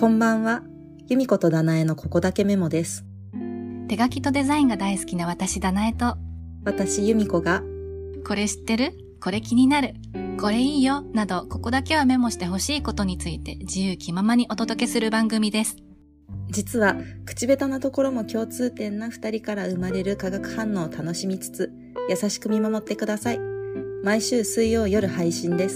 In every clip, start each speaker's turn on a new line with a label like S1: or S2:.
S1: こんばんは。由美子とダナエのここだけメモです。
S2: 手書きとデザインが大好きな私ダナエと、
S1: 私由美子が、
S2: これ知ってる？これ気になる？これいいよなど、ここだけはメモしてほしいことについて自由気ままにお届けする番組です。
S1: 実は口下手なところも共通点な2人から生まれる化学反応を楽しみつつ、優しく見守ってください。毎週水曜夜配信です。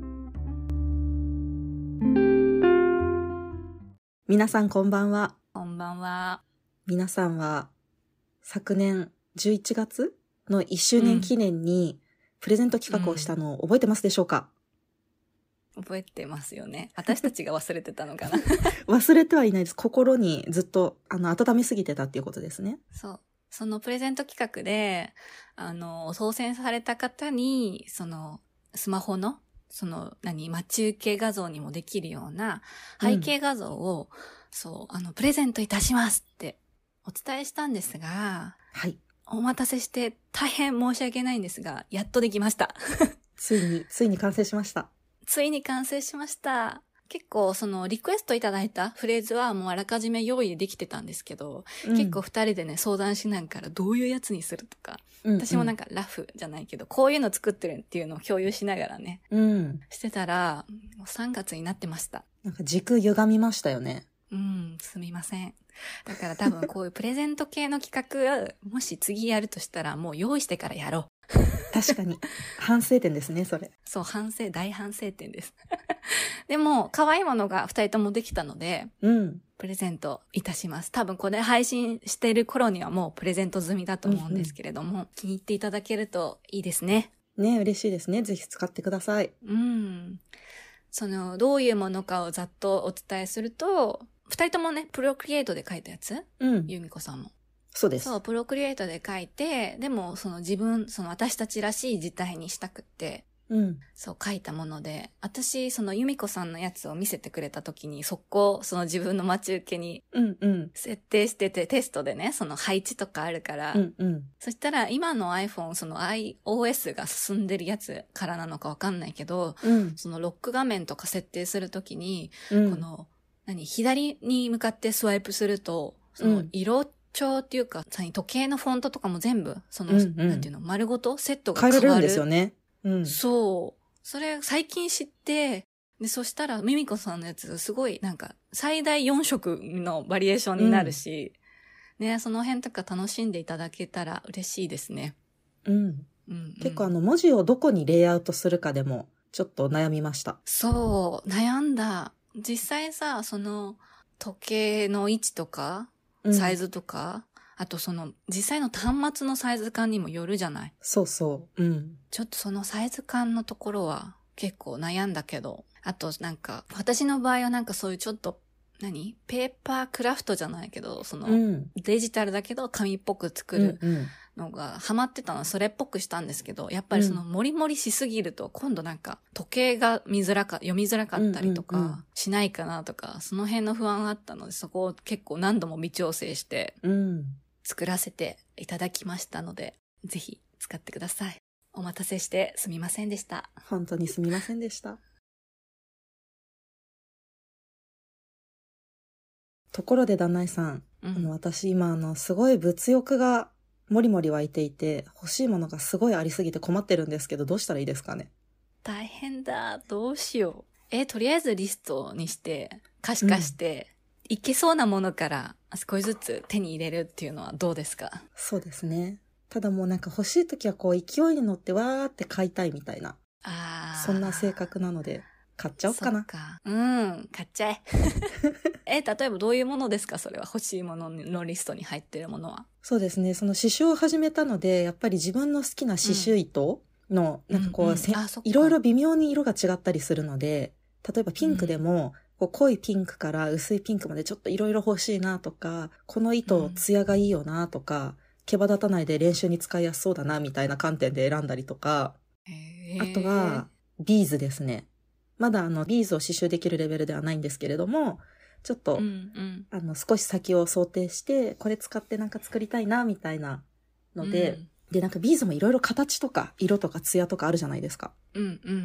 S1: 皆さんこんばんは。
S2: こんばんは。
S1: 皆さんは昨年11月の1周年記念にプレゼント企画をしたのを覚えてますでしょうか？
S2: 覚えてますよね。私たちが忘れてたのかな。
S1: 忘れてはいないです。心にずっと温めすぎてたっていうことですね。
S2: そう。そのプレゼント企画で、当選された方に、スマホの、待ち受け画像にもできるような背景画像を、プレゼントいたしますってお伝えしたんですが、
S1: はい。
S2: お待たせして大変申し訳ないんですが、やっとできました。
S1: ついに完成しました。
S2: ついに完成しました。結構リクエストいただいたフレーズはもうあらかじめ用意できてたんですけど、結構二人でね相談しながらどういうやつにするとか、私もなんかラフじゃないけどこういうの作ってるっていうのを共有しながらね、してたらもう3月になってました。
S1: なんか軸歪みましたよね。
S2: すみません。だから多分こういうプレゼント系の企画もし次やるとしたらもう用意してからやろう。
S1: 確かに反省点ですね、それ。
S2: そう、大反省点です。でも可愛いものが2人ともできたので、プレゼントいたします。多分これ配信している頃にはもうプレゼント済みだと思うんですけれども、気に入っていただけるといいですね。
S1: ね、嬉しいですね。ぜひ使ってください。
S2: どういうものかをざっとお伝えすると、2人ともね、プロクリエイトで書いたやつ、由美子さんも。
S1: そうです。
S2: そう、プロクリエイトで書いて、でも私たちらしい字体にしたくって、そう書いたもので、私、由美子さんのやつを見せてくれた時に、速攻、自分の待ち受けに、設定してて、テストでね、配置とかあるから、そしたら今の iPhone、iOS が進んでるやつからなのかわかんないけど、ロック画面とか設定するときに、左に向かってスワイプすると、色調っていうか、時計のフォントとかも全部、なんていうの、丸ごとセットが変わる。
S1: 変えられるんですよね。
S2: そう。それ最近知って、で、そしたら、ミミコさんのやつ、すごい、最大4色のバリエーションになるし、ね、その辺とか楽しんでいただけたら嬉しいですね。
S1: 結構文字をどこにレイアウトするかでも、ちょっと悩みました。
S2: そう、悩んだ。実際さ、時計の位置とか、サイズとか、あと実際の端末のサイズ感にもよるじゃない。
S1: そうそう。
S2: ちょっとサイズ感のところは結構悩んだけど、あと私の場合はそういうちょっと、ペーパークラフトじゃないけど、デジタルだけど紙っぽく作るのがハマってたのはそれっぽくしたんですけど、やっぱりモリモリしすぎると今度時計が読みづらかったりとかしないかなとか、その辺の不安があったので、そこを結構何度も微調整して作らせていただきましたので、ぜひ使ってください。お待たせしてすみませんでした。
S1: 本当にすみませんでした。ところでダナエさん、私今すごい物欲がもりもり湧いていて、欲しいものがすごいありすぎて困ってるんですけど、どうしたらいいですかね？
S2: 大変だ。どうしよう。とりあえずリストにして可視化して、いけそうなものから少しずつ手に入れるっていうのはどうですか？
S1: そうですね。ただもう欲しいときは勢いに乗ってわーって買いたいみたいな。そんな性格なので、買っちゃおうかな。
S2: そっか。買っちゃえ。例えばどういうものですか？それは欲しいもののリストに入ってるものは。
S1: そうですね。刺繍を始めたので、やっぱり自分の好きな刺繍糸の、いろいろ微妙に色が違ったりするので、例えばピンクでも、濃いピンクから薄いピンクまでちょっといろいろ欲しいなとか、この糸艶がいいよなとか、毛羽立たないで練習に使いやすそうだなみたいな観点で選んだりとか、あとはビーズですね。まだビーズを刺繍できるレベルではないんですけれども、ちょっと、少し先を想定して、これ使って作りたいなみたいなので、でビーズもいろいろ形とか色とか艶とかあるじゃないですか。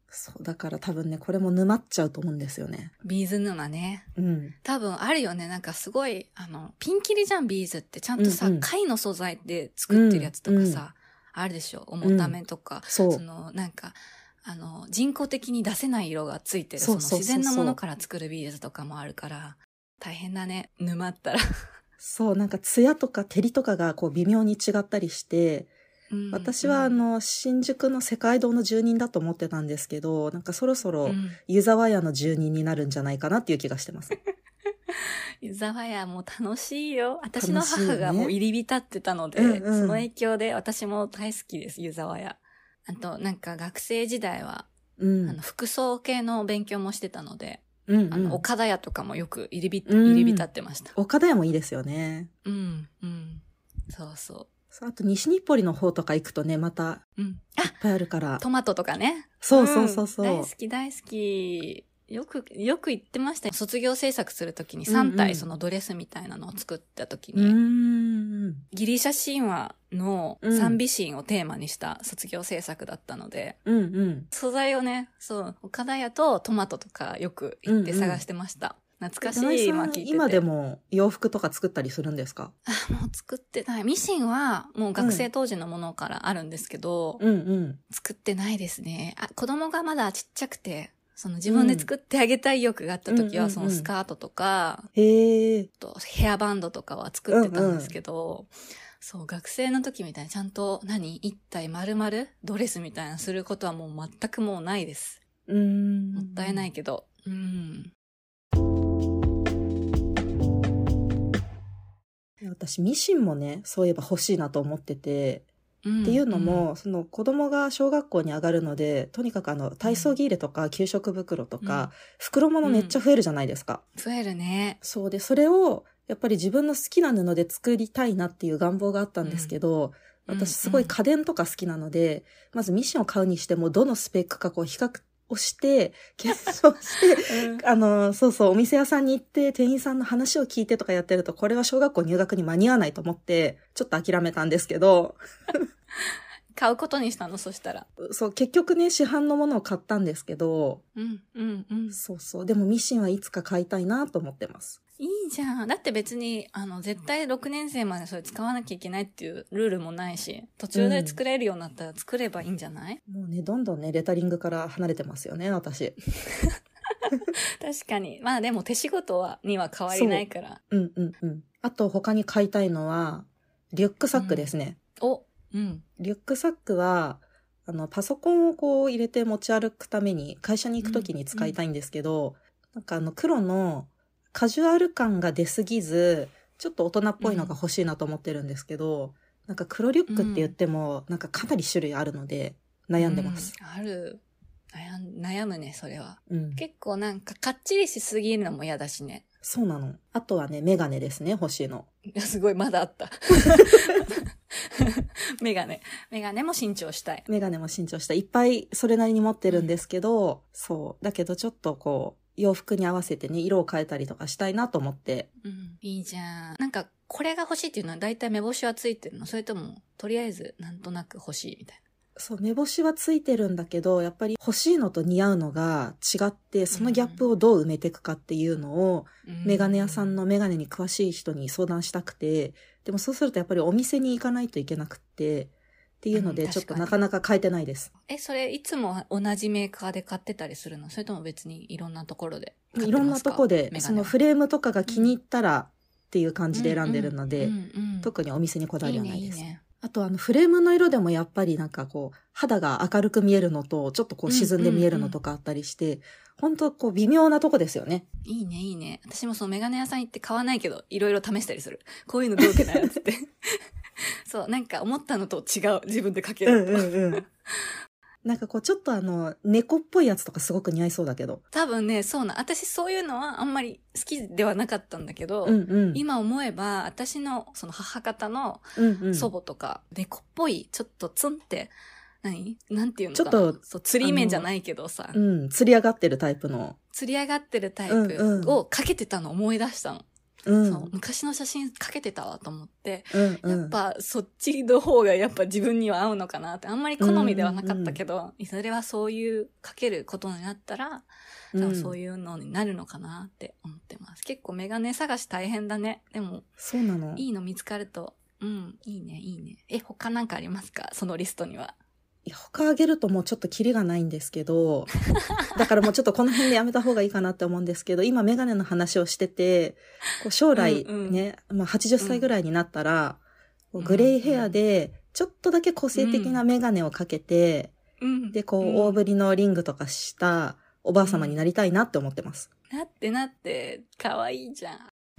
S1: そう、だから多分ね、これも沼っちゃうと思うんですよね。
S2: ビーズ沼ね。
S1: うん。
S2: 多分あるよね。なんかすごい、ピンキリじゃん、ビーズって。ちゃんとさ、貝の素材で作ってるやつとかさ、あるでしょ。重ためとか。
S1: そう。
S2: なんか、人工的に出せない色がついてる、その自然なものから作るビーズとかもあるから、大変だね、沼ったら。
S1: そう、なんかツヤとか照りとかがこう微妙に違ったりして、私は新宿の世界堂の住人だと思ってたんですけど、なんかそろそろ湯沢屋の住人になるんじゃないかなっていう気がしてます。
S2: 湯沢屋も楽しいよ。私の母がもう入り浸ってたので、その影響で私も大好きです、湯沢屋。あと、なんか学生時代は、服装系の勉強もしてたので、岡田屋とかもよく入り浸ってました。
S1: 岡田屋もいいですよね。
S2: そうそう。
S1: あと西日暮里の方とか行くとね、また、いっぱいあるから。
S2: トマトとかね。
S1: そうそうそうそう。
S2: 大好き大好き。よく言ってましたよ。卒業制作するときに3体そのドレスみたいなのを作ったときに、ギリシャ神話の賛美神をテーマにした卒業制作だったので、素材をね、そう、岡田屋とトマトとかよく行って探してました。懐かしい、今聞いてて。
S1: 今でも洋服とか作ったりするんですか？
S2: もう作ってない。ミシンはもう学生当時のものからあるんですけど、作ってないですね。子供がまだちっちゃくて、その自分で作ってあげたい欲があった時は、そのスカートとか、ヘアバンドとかは作ってたんですけど、そう、学生の時みたいにちゃんと一体丸々ドレスみたいなすることはもう全くもうないです。もったいないけど。
S1: 私ミシンもね、そういえば欲しいなと思ってて、っていうのも、その子供が小学校に上がるので、とにかく体操着入れとか給食袋とか、袋物めっちゃ増えるじゃないですか。
S2: 増えるね。
S1: そうで、それをやっぱり自分の好きな布で作りたいなっていう願望があったんですけど、私すごい家電とか好きなので、まずミシンを買うにしてもどのスペックかこう比較をして、検証して、そうそう、お店屋さんに行って店員さんの話を聞いてとかやってると、これは小学校入学に間に合わないと思って、ちょっと諦めたんですけど。
S2: 買うことにしたの、そしたら。
S1: そう、結局ね、市販のものを買ったんですけど、そうそう、でもミシンはいつか買いたいなと思ってます。
S2: いいじゃん。だって別に、絶対6年生までそれ使わなきゃいけないっていうルールもないし、途中で作れるようになったら作ればいいんじゃない？
S1: もうね、どんどんね、レタリングから離れてますよね、私。
S2: 確かに。まあでも手仕事には変わりないから。
S1: あと他に買いたいのは、リュックサックですね。リュックサックは、パソコンをこう入れて持ち歩くために、会社に行くときに使いたいんですけど、なんか黒のカジュアル感が出すぎず、ちょっと大人っぽいのが欲しいなと思ってるんですけど、なんか黒リュックって言っても、なんかかなり種類あるので、悩んでます。
S2: ある。悩むね、それは。結構なんかかっちりしすぎるのも嫌だしね。
S1: そうなの。あとはね、メガネですね、欲しいの。
S2: いや、すごい、まだあった。メガネも新調したい。
S1: メガネも新調したい。いっぱいそれなりに持ってるんですけど、そう。だけどちょっとこう、洋服に合わせてね、色を変えたりとかしたいなと思って。
S2: いいじゃん。なんか、これが欲しいっていうのは大体目星はついてるの？それとも、とりあえずなんとなく欲しいみたいな。
S1: そう、目星はついてるんだけど、やっぱり欲しいのと似合うのが違って、そのギャップをどう埋めていくかっていうのを、メガネ屋さんのメガネに詳しい人に相談したくて、でもそうするとやっぱりお店に行かないといけなくって、っていうのでちょっとなかなか買えてないです。
S2: それいつも同じメーカーで買ってたりするの？それとも別にいろんなところで買ってますか？
S1: いろんなとこで、そのフレームとかが気に入ったらっていう感じで選んでるので、特にお店にこだわりはないです。いいね。あとフレームの色でもやっぱりなんかこう、肌が明るく見えるのと、ちょっとこう沈んで見えるのとかあったりして、本当こう微妙なとこですよね。
S2: いいね、いいね。私もそのメガネ屋さん行って買わないけど、いろいろ試したりする。こういうのどう受けないやつって。そう、なんか思ったのと違う。自分でかける。
S1: なんかこうちょっと猫っぽいやつとかすごく似合いそうだけど。
S2: 多分ね、そうな。私そういうのはあんまり好きではなかったんだけど、今思えば私のその母方の祖母とか、猫っぽい、ちょっとツンって、なんていうのかな。ちょっと、そう、釣り目じゃないけどさ。
S1: 釣り上がってるタイプの。
S2: 釣り上がってるタイプをかけてたの思い出したの。 そう、昔の写真かけてたわと思って、やっぱそっちの方がやっぱ自分には合うのかなって、あんまり好みではなかったけど、いずれはそういうかけることになったら、そういうのになるのかなって思ってます。結構メガネ探し大変だね。でも、
S1: そうなの。
S2: いいの見つかると、いいね、いいね。他なんかありますか？そのリストには。
S1: いや、他あげるともうちょっとキリがないんですけど、だからもうちょっとこの辺でやめた方がいいかなって思うんですけど、今メガネの話をしてて、こう将来ね、まあ80歳ぐらいになったら、グレイヘアでちょっとだけ個性的なメガネをかけて、で、こう大ぶりのリングとかしたおばあ様になりたいなって思ってます。
S2: なって、かわいいじゃん。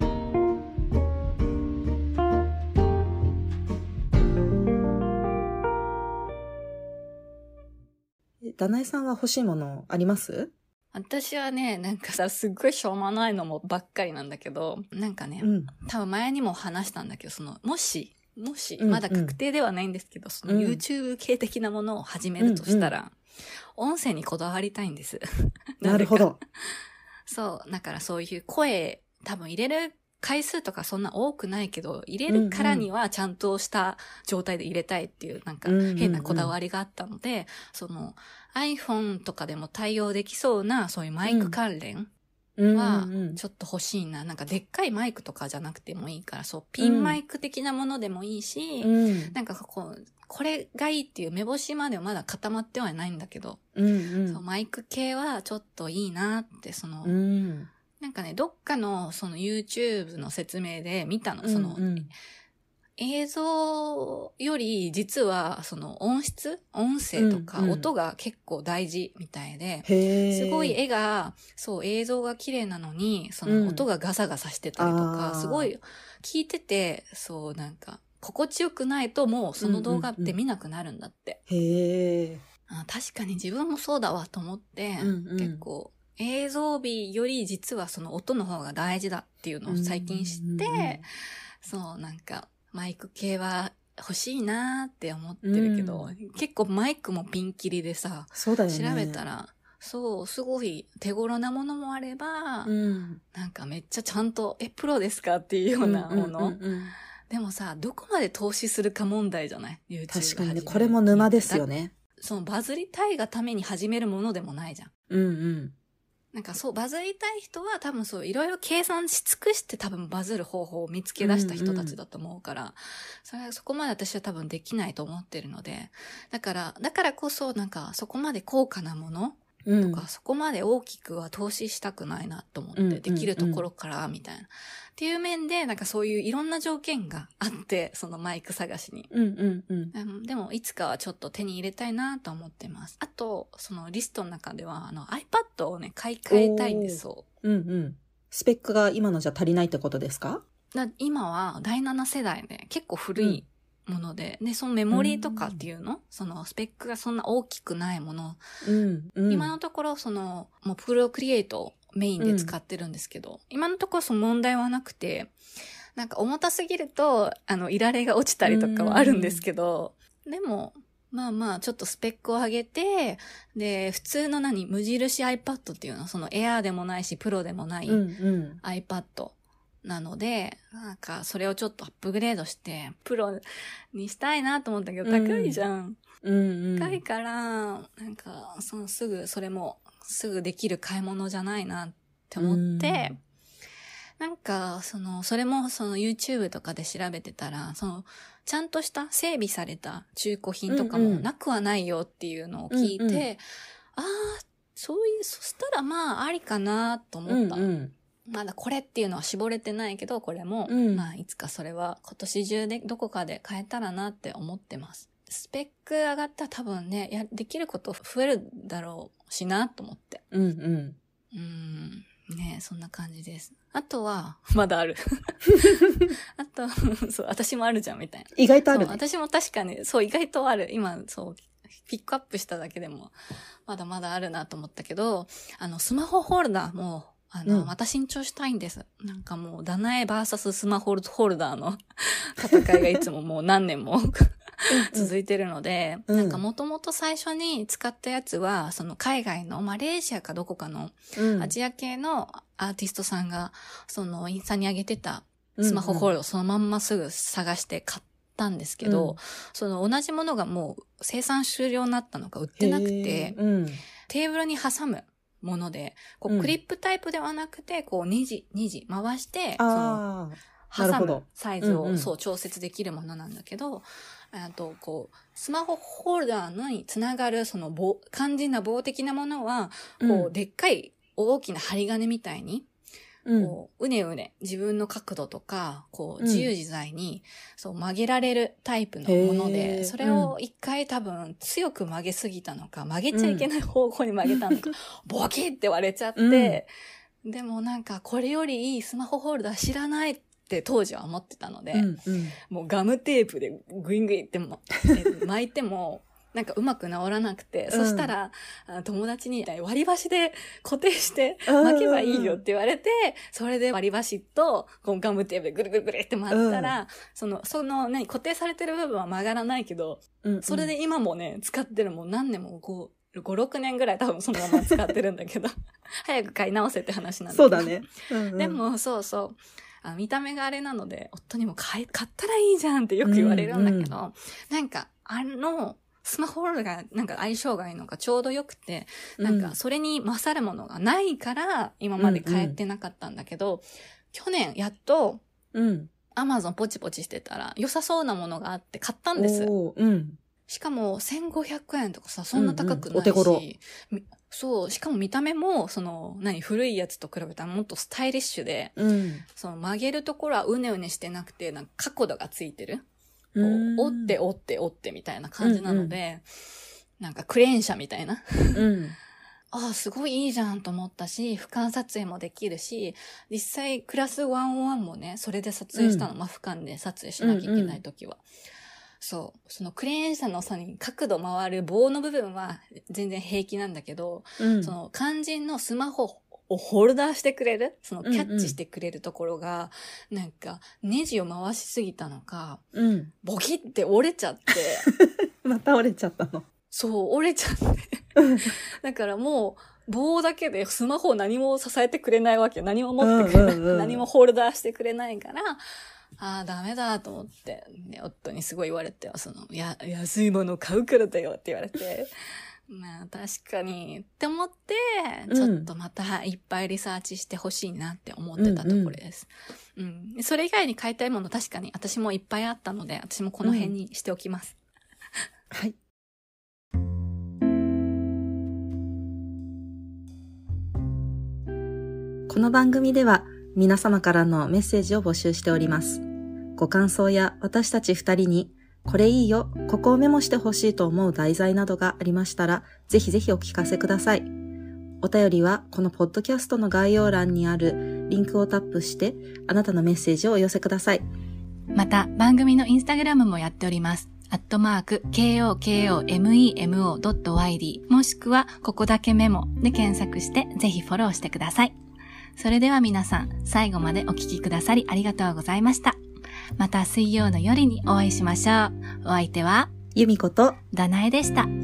S1: ダナエさんは欲しいものあります？
S2: 私はね、なんかさ、すっごいしょうもないのもばっかりなんだけど、なんかね、多分前にも話したんだけど、もし、まだ確定ではないんですけど、その YouTube 系的なものを始めるとしたら、音声にこだわりたいんです。
S1: なるほど。
S2: そう、だからそういう声、多分入れる回数とかそんな多くないけど、入れるからにはちゃんとした状態で入れたいっていう、なんか変なこだわりがあったので、その iPhone とかでも対応できそうな、そういうマイク関連はちょっと欲しいな。なんかでっかいマイクとかじゃなくてもいいから、そう、ピンマイク的なものでもいいし、なんかこれがいいっていう目星まではまだ固まってはいないんだけど、そうマイク系はちょっといいなって、なんかね、どっかのその YouTube の説明で見たの。映像より実はその音声とか音が結構大事みたいで、すごい映像が綺麗なのに、その音がガサガサしてたりとか、すごい聞いてて、そうなんか心地よくないともうその動画って見なくなるんだって。確かに自分もそうだわと思って、結構、映像美より実はその音の方が大事だっていうのを最近知って、そうなんかマイク系は欲しいなーって思ってるけど、結構マイクもピンキリでさ、
S1: そうだよね、
S2: 調べたら、そう、すごい手頃なものもあれば、なんかめっちゃちゃんと、プロですかっていうようなもの。でもさ、どこまで投資するか問題じゃない？ YouTube
S1: 確かにね、これも沼ですよね。
S2: そのバズりたいがために始めるものでもないじゃん。なんかそう、バズりたい人は多分そう、いろいろ計算し尽くして多分バズる方法を見つけ出した人たちだと思うから、そこまで私は多分できないと思ってるので、だからこそなんかそこまで高価なものとか、そこまで大きくは投資したくないなと思って、できるところからみたいな。っていう面で、なんかそういういろんな条件があって、そのマイク探しに。でも、いつかはちょっと手に入れたいなと思ってます。あと、そのリストの中では、iPad をね、買い替えたいんですよ。
S1: スペックが今のじゃ足りないってことですか？
S2: 今は第7世代で結構古いもので、そのメモリーとかっていうの、そのスペックがそんな大きくないもの。今のところ、もうプロクリエイトメインで使ってるんですけど、今のところその問題はなくて、なんか重たすぎると、いられが落ちたりとかはあるんですけど、でも、まあ、ちょっとスペックを上げて、で、普通の無印 iPad っていうの、そのエアーでもないし、プロでもない iPad なので、なんか、それをちょっとアップグレードして、プロにしたいなと思ったけど、高いじゃん。高いから、なんか、すぐできる買い物じゃないなって思って、なんか、それもYouTube とかで調べてたら、ちゃんとした整備された中古品とかもなくはないよっていうのを聞いて、そしたらまあ、ありかなと思った。まだこれっていうのは絞れてないけど、これも、まあ、いつかそれは今年中でどこかで変えたらなって思ってます。スペック上がったら多分ね、できること増えるだろうしなと思って。ね、そんな感じです。あとは、まだある。あと、そう、私もあるじゃん、みたいな。
S1: 意外とあるね。
S2: 私も確かに、そう、意外とある。今、そう、ピックアップしただけでも、まだまだあるなと思ったけど、スマホホルダーも、また新調したいんです。なんかもう、ダナエバーサススマホホルダーの戦いがいつももう何年も続いてるので、なんかもともと最初に使ったやつは、その海外のマレーシアかどこかのアジア系のアーティストさんが、そのインスタに上げてたスマホホールをそのまんますぐ探して買ったんですけど、その同じものがもう生産終了になったのか売ってなくて、テーブルに挟むもので、こうクリップタイプではなくて、こうネジ回して、その挟むサイズをそう調節できるものなんだけど、こう、スマホホルダーにつながるその肝心な棒的なものは、こう、でっかい大きな針金みたいに、こう、うねうね、自分の角度とか、こう、自由自在に、そう、曲げられるタイプのもので、それを一回多分強く曲げすぎたのか、曲げちゃいけない方向に曲げたのか、ボキって割れちゃって、でもなんか、これよりいいスマホホルダー知らないって当時は思ってたので、もうガムテープでグイングイって巻いても、なんかうまく治らなくて、そしたら、友達に割り箸で固定して巻けばいいよって言われて、それで割り箸とこうガムテープでぐるぐるぐるって巻ったら、その固定されてる部分は曲がらないけど、それで今もね、使ってるもん何年も5、6年ぐらい多分そのまま使ってるんだけど、早く買い直せって話なんだけど。
S1: そうだね。
S2: でも、そうそう。見た目があれなので、夫にも買ったらいいじゃんってよく言われるんだけど、なんか、スマホホルダーがなんか相性がいいのがちょうどよくて、なんかそれに勝るものがないから今まで買えてなかったんだけど、去年やっと、Amazon ポチポチしてたら良さそうなものがあって買ったんです。しかも1500円とかさ、そんな高くないし、お手頃。そう、しかも見た目も、古いやつと比べたらもっとスタイリッシュで、その曲げるところはうねうねしてなくて、なんか角度がついてる。折ってみたいな感じなので、なんかクレーン車みたいな。ああ、すごいいいじゃんと思ったし、俯瞰撮影もできるし、実際クラス101もね、それで撮影したの、俯瞰で撮影しなきゃいけないときは。そう。そのクレーン車の角度回る棒の部分は全然平気なんだけど、その肝心のスマホをホルダーしてくれる、そのキャッチしてくれるところが、なんかネジを回しすぎたのか、ボキって折れちゃって。
S1: また折れちゃったの。
S2: そう、折れちゃって。だからもう、棒だけでスマホを何も支えてくれないわけ。何も持ってくれない。何もホルダーしてくれないから、ダメだと思って、ね、夫にすごい言われてよ、安いものを買うからだよって言われて、まあ確かにって思って、ちょっとまたいっぱいリサーチしてほしいなって思ってたところです。それ以外に買いたいもの確かに私もいっぱいあったので、私もこの辺にしておきます。
S1: はい。この番組では皆様からのメッセージを募集しております。ご感想や私たち2人にこれいいよ、ここをメモしてほしいと思う題材などがありましたら、ぜひぜひお聞かせください。お便りはこのポッドキャストの概要欄にあるリンクをタップして、あなたのメッセージをお寄せください。
S2: また、番組のインスタグラムもやっております。@KOKOMEMO.YD もしくはここだけメモで検索してぜひフォローしてください。それでは皆さん、最後までお聞きくださりありがとうございました。また水曜の夜にお会いしましょう。お相手は、
S1: 由美子と
S2: ダナエでした。